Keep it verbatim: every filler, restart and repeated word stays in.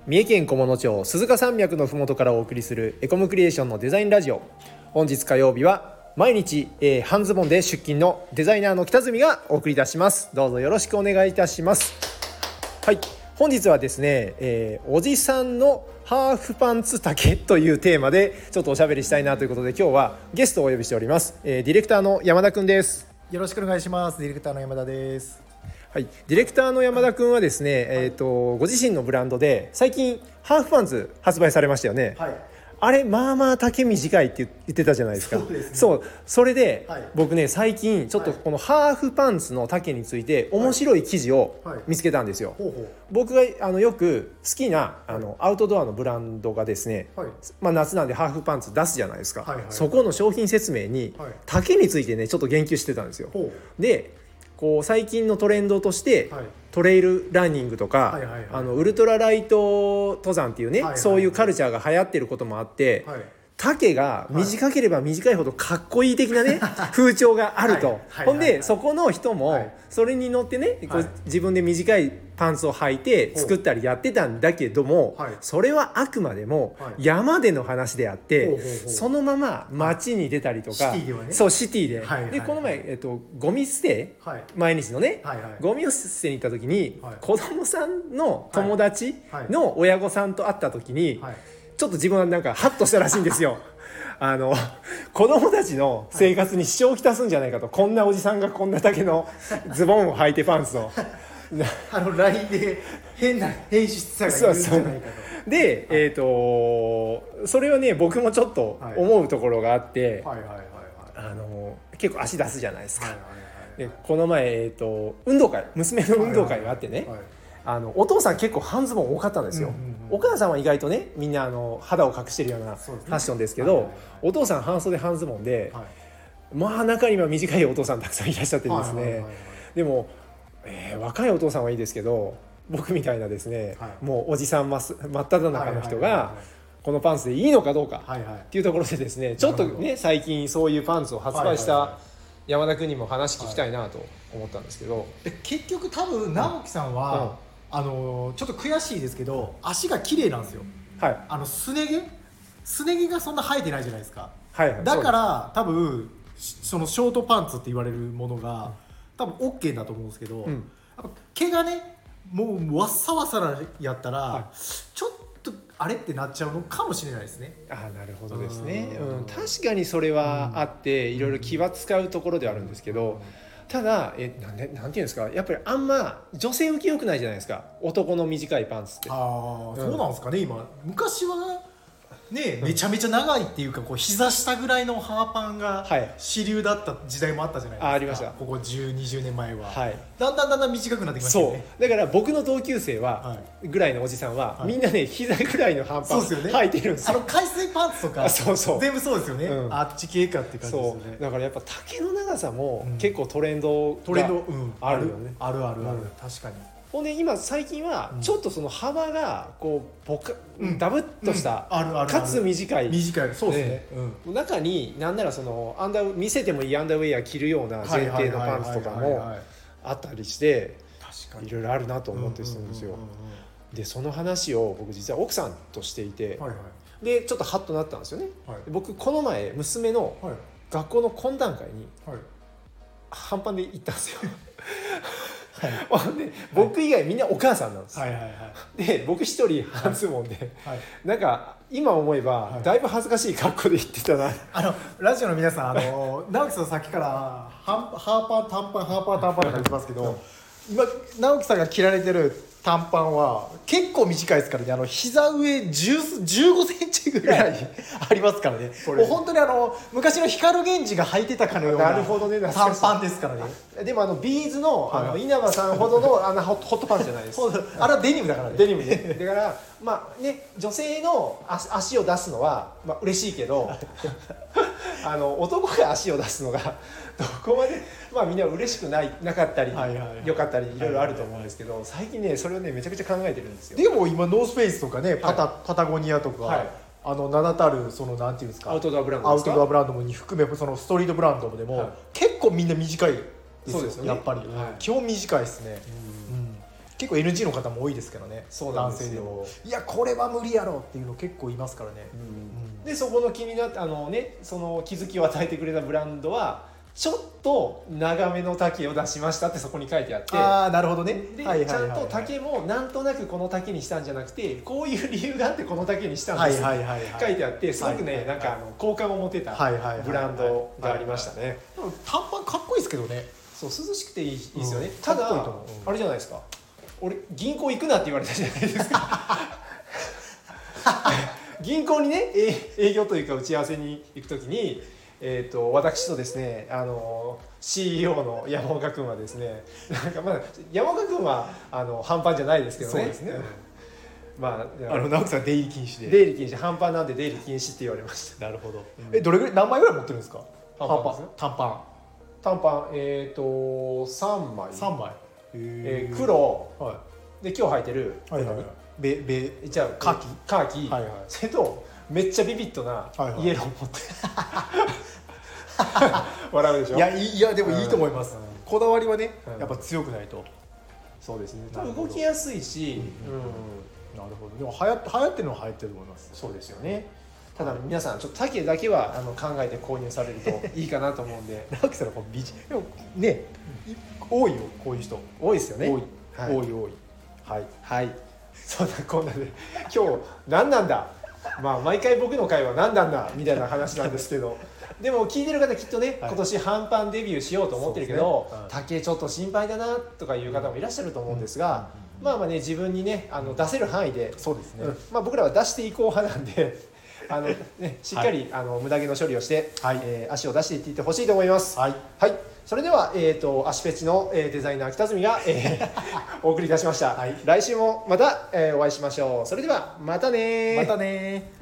三重県菰野町鈴鹿山脈のふもとからお送りするエコムクリエーションのデザインラジオ。本日火曜日は毎日、えー、半ズボンで出勤のデザイナーの北住がお送りいたします。どうぞよろしくお願いいたします。はい、本日はですね、えー、おじさんのハーフパンツ丈というテーマでちょっとおしゃべりしたいなということで、今日はゲストをお呼びしております。えー、ディレクターの山田くんです。 よろしくお願いします。ディレクターの山田です。 はい、ディレクターの山田くんはですね、えーと、ご自身のブランドで最近ハーフパンツ発売されましたよね。はい、あれまあまあ丈短いって言ってたじゃないですか。 そうですね。 そう、それで、はい、僕ね最近ちょっとはい、 このハーフパンツの丈について面白い記事を見つけたんですよ。はいはい、ほうほう。僕があのよく好きなあのアウトドアのブランドがですね、はい、まあ、夏なんでハーフパンツ出すじゃないですか。はいはいはい、そこの商品説明に、はい、丈についてねちょっと言及してたんですよ。でこう最近のトレンドとして、はい、トレイルランニングとか、はいはいはい、あのウルトラライト登山っていうね、はいはいはい、そういうカルチャーが流行ってることもあって、はい、丈が短ければ短いほどかっこいい的なね、はい、風潮があると、はいはいはいはい、ほんでそこの人もそれに乗ってね、はい、こう自分で短いパンツを履いて作ったりやってたんだけども、はい、それはあくまでも山での話であって、はい、そのまま街に出たりとか、はい、シティではね、そうシティで、はいはい、でこの前、えっと、ゴミ捨て、はい、毎日のね、はいはい、ゴミを捨てに行った時に、はい、子供さんの友達の親御さんと会った時に、はいはい、ちょっと自分はなんかハッとしたらしいんですよ。あの子供たちの生活に支障をきたすんじゃないかと、こんなおじさんがこんな丈のズボンを履いてパンツをあの ライン で変な変質者がいるんじゃないかと。 で、えーとそれはね僕もちょっと思うところがあって、あの結構足出すじゃないですか。はいはいはいはい、でこの前、えーと運動会娘の運動会があってね、はいはいはい、あのお父さん結構半ズボン多かったんですよ。うんうんうん、お母さんは意外とねみんなあの肌を隠してるようなファッションですけど、ね、はいはいはい、お父さん半袖半ズボンで、はい、まあ中には短いお父さんたくさんいらっしゃってですね、はいはいはいはい、でも、えー、若いお父さんはいいですけど僕みたいなですね、はい、もうおじさん真っ只中の人がこのパンツでいいのかどうかっていうところでですね、ちょっとね最近そういうパンツを発売した山田君にも話聞きたいなと思ったんですけど、 で結局多分直樹さんは、うんうん、あのちょっと悔しいですけど足が綺麗なんですよ。はい、あのすね毛すね毛がそんな生えてないじゃないですか。はいはい、だから多分そのショートパンツって言われるものが多分 OK だと思うんですけど、うん、やっぱ毛がねもうわっさわさやったら、はい、ちょっとあれってなっちゃうのかもしれないですね。 あ、なるほどですね。うん、確かにそれはあって、うん、いろいろ気は使うところではあるんですけど、うん、ただえなんでなんていうんですか、やっぱりあんま女性受け良くないじゃないですか、男の短いパンツって。 ああ、うん、そうなんですかね。今昔はね、めちゃめちゃ長いっていうかこう膝下ぐらいのハーパンが主流だった時代もあったじゃないですか。あ、ありました。ここじゅう、にじゅうねんまえは、はい、だんだんだんだん短くなってきましたよね。 そうだから僕の同級生は、はい、ぐらいのおじさんは、はい、みんなね膝ぐらいのハーパン履いてるんですよ。 あの海水パンツとかそうそう全部そうですよね、うん、あっち系かって感じですよね。 そうだからやっぱ丈の長さも結構トレンドがあるよね。 あるあるある、うん、確かに。 ほんで今最近はちょっとその幅がこうボカ、うん、ダブっとした、うんうん、かつ短い短い、そうですね、 うん、中に何ならそのアンダー見せてもいいアンダーウェア着るような前提のパンツとかもあったりしていろいろあるなと思ってするんですよ。でその話を僕実は奥さんとしていて、はいはい、でちょっとハッとなったんですよね。はい、僕この前娘の学校の懇談会に半パンで行ったんですよ。はい、で僕以外みんなお母さんなんです、はいはいはい、で僕一人半ズボンで、はいはい、なんか今思えばだいぶ恥ずかしい格好で行ってたな、はい、 あのラジオの皆さん、あの直樹さんさっきからハーパー短パンハーパー短パンって言ってますけど、今直樹さんが着られてる短パンは結構短いですからね。あの膝上じゅう、じゅうごセンチぐらいありますからね。これもう本当にあの昔の光源氏が履いてたかのような短パンですからね。 でもあのビーズ の, あの稲葉さんほどのあのホットパンツじゃないです。 あれはデニムだからね。 デニムね。だからまあね、女性の足を出すのはまあ嬉しいけどあの男が足を出すのがどこまでまあみんな嬉しくないなかったり、はいはいはい、よかったりいろいろあると思うんですけど、最近ねそれをねめちゃくちゃ考えてるんですよ。 でも今ノースフェイスとかね、パタ、はい、パタゴニアとか、はい、あの名だたるそのなんていうんですか、 アウトドアブランドですか。 アウトドアブランドもに含めそのストリートブランドでも、はい、結構みんな短いですよ。そうですよね、やっぱり、はい、基本短いですね。うん、 結構 エヌジー の方も多いですからね。 そうなんですよ。 男性でもいやこれは無理やろっていうの結構いますからね、うんうん、でそこの気になってあのねその気づきを与えてくれたブランドはちょっと長めの丈を出しましたってそこに書いてあって、 ああなるほどね。 で、はいはいはいはい、ちゃんと丈もなんとなくこの丈にしたんじゃなくてこういう理由があってこの丈にしたんですって書いてあってすごくね、はいはいはい、なんかあの好感を持てたブランドがありましたね。 短パンかっこいいですけどね。 そう涼しくていいですよね、うん、ただ、うん、あれじゃないですか、俺銀行行くなって言われたじゃないですか銀行にね営業というか打ち合わせに行くときにえー、と私とですねあの シーイーオー の山岡君はですねなんかまだ山岡君はあの半パンじゃないですけどね。 そうですね、 まあ、 あの直樹さん出入り禁止で出入り禁止半パンなんで出入り禁止って言われました。 なるほど、うん、えどれぐらい何枚ぐらい持ってるんですか。 短パン短パン短パンえっ、ー、とさんまいさんまいえー、黒、はい、で今日履いてる、 はいはいはい、ベベじゃあカーキカーキ、はいはい、それとめっちゃビビッドなイエロー持って、はいはい笑うでしょ。 いやいやでもいいと思います、うん、こだわりはね、うん、やっぱ強くないと。 そうですね。多分動きやすいし、 うんうん、なるほど。でも流行って流行ってるのは流行ってると思います。 そうですよね。ただ皆さんちょっと丈だけはあの考えて購入されるといいかなと思うんで。 直樹さんのこの美人でもね、多いよこういう人。 多いですよね。 多い、はい、多い多い。 はいはい。そんなこんなで今日何なんだ。まあ毎回僕の会は何なんだみたいな話なんですけど。でも聞いてる方きっとね、はい、今年半パンデビューしようと思ってるけど、ね、丈ちょっと心配だなとかいう方もいらっしゃると思うんですが、うん、まあまあね自分にねあの出せる範囲で、 そうですね、うん、 まあ、僕らは出していこう派なんであの、ね、しっかり、はい、あの無駄毛の処理をして、はい、えー、足を出していっていってほしいと思います。はい、はい、それでは、えーと、足フェチの、えー、デザイナー北住が、えー、お送りいたしました。はい、来週もまた、えー、お会いしましょう。それではまたねまたね